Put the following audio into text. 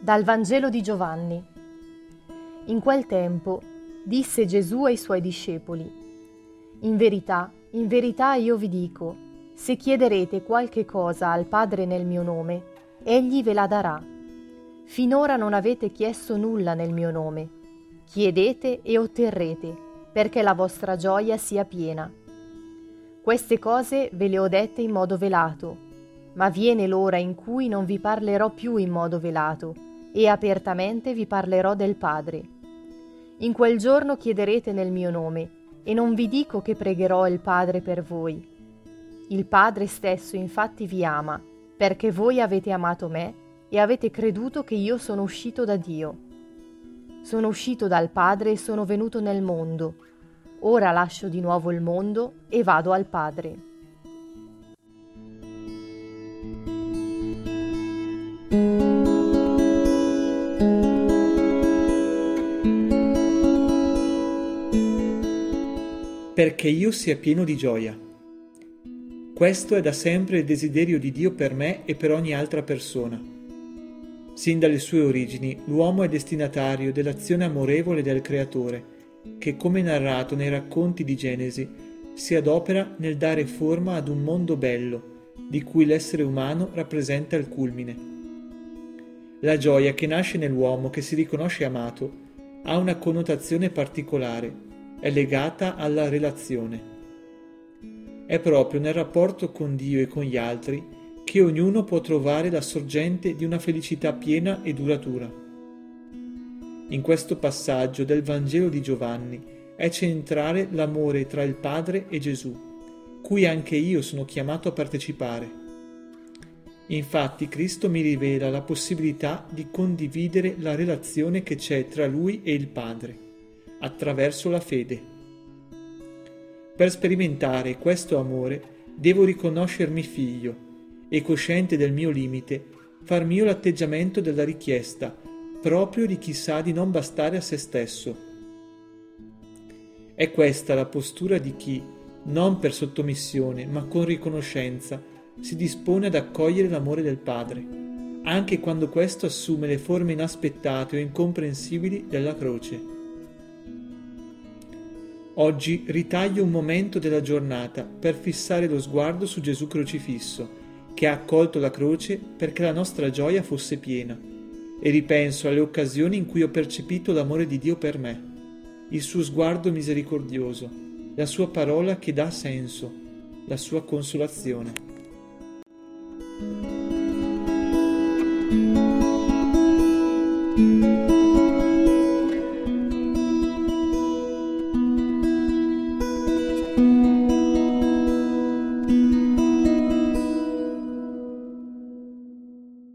Dal Vangelo di Giovanni. In quel tempo disse Gesù ai suoi discepoli: in verità io vi dico, se chiederete qualche cosa al Padre nel mio nome, Egli ve la darà. Finora non avete chiesto nulla nel mio nome. Chiedete e otterrete, perché la vostra gioia sia piena. Queste cose ve le ho dette in modo velato, ma viene l'ora in cui non vi parlerò più in modo velato, e apertamente vi parlerò del Padre. In quel giorno chiederete nel mio nome, e non vi dico che pregherò il Padre per voi. Il Padre stesso infatti vi ama, perché voi avete amato me e avete creduto che io sono uscito da Dio. Sono uscito dal Padre e sono venuto nel mondo. Ora lascio di nuovo il mondo e vado al Padre. Perché io sia pieno di gioia. Questo è da sempre il desiderio di Dio per me e per ogni altra persona. Sin dalle sue origini, l'uomo è destinatario dell'azione amorevole del Creatore, che, come narrato nei racconti di Genesi, si adopera nel dare forma ad un mondo bello, di cui l'essere umano rappresenta il culmine. La gioia che nasce nell'uomo che si riconosce amato ha una connotazione particolare. È legata alla relazione. È proprio nel rapporto con Dio e con gli altri che ognuno può trovare la sorgente di una felicità piena e duratura. In questo passaggio del Vangelo di Giovanni è centrale l'amore tra il Padre e Gesù, cui anche io sono chiamato a partecipare. Infatti Cristo mi rivela la possibilità di condividere la relazione che c'è tra Lui e il Padre, attraverso la fede. Per sperimentare questo amore devo riconoscermi figlio e, cosciente del mio limite, far mio l'atteggiamento della richiesta, proprio di chi sa di non bastare a se stesso. È questa la postura di chi, non per sottomissione, ma con riconoscenza, si dispone ad accogliere l'amore del Padre, anche quando questo assume le forme inaspettate o incomprensibili della croce. Oggi ritaglio un momento della giornata per fissare lo sguardo su Gesù crocifisso, che ha accolto la croce perché la nostra gioia fosse piena, e ripenso alle occasioni in cui ho percepito l'amore di Dio per me, il suo sguardo misericordioso, la sua parola che dà senso, la sua consolazione.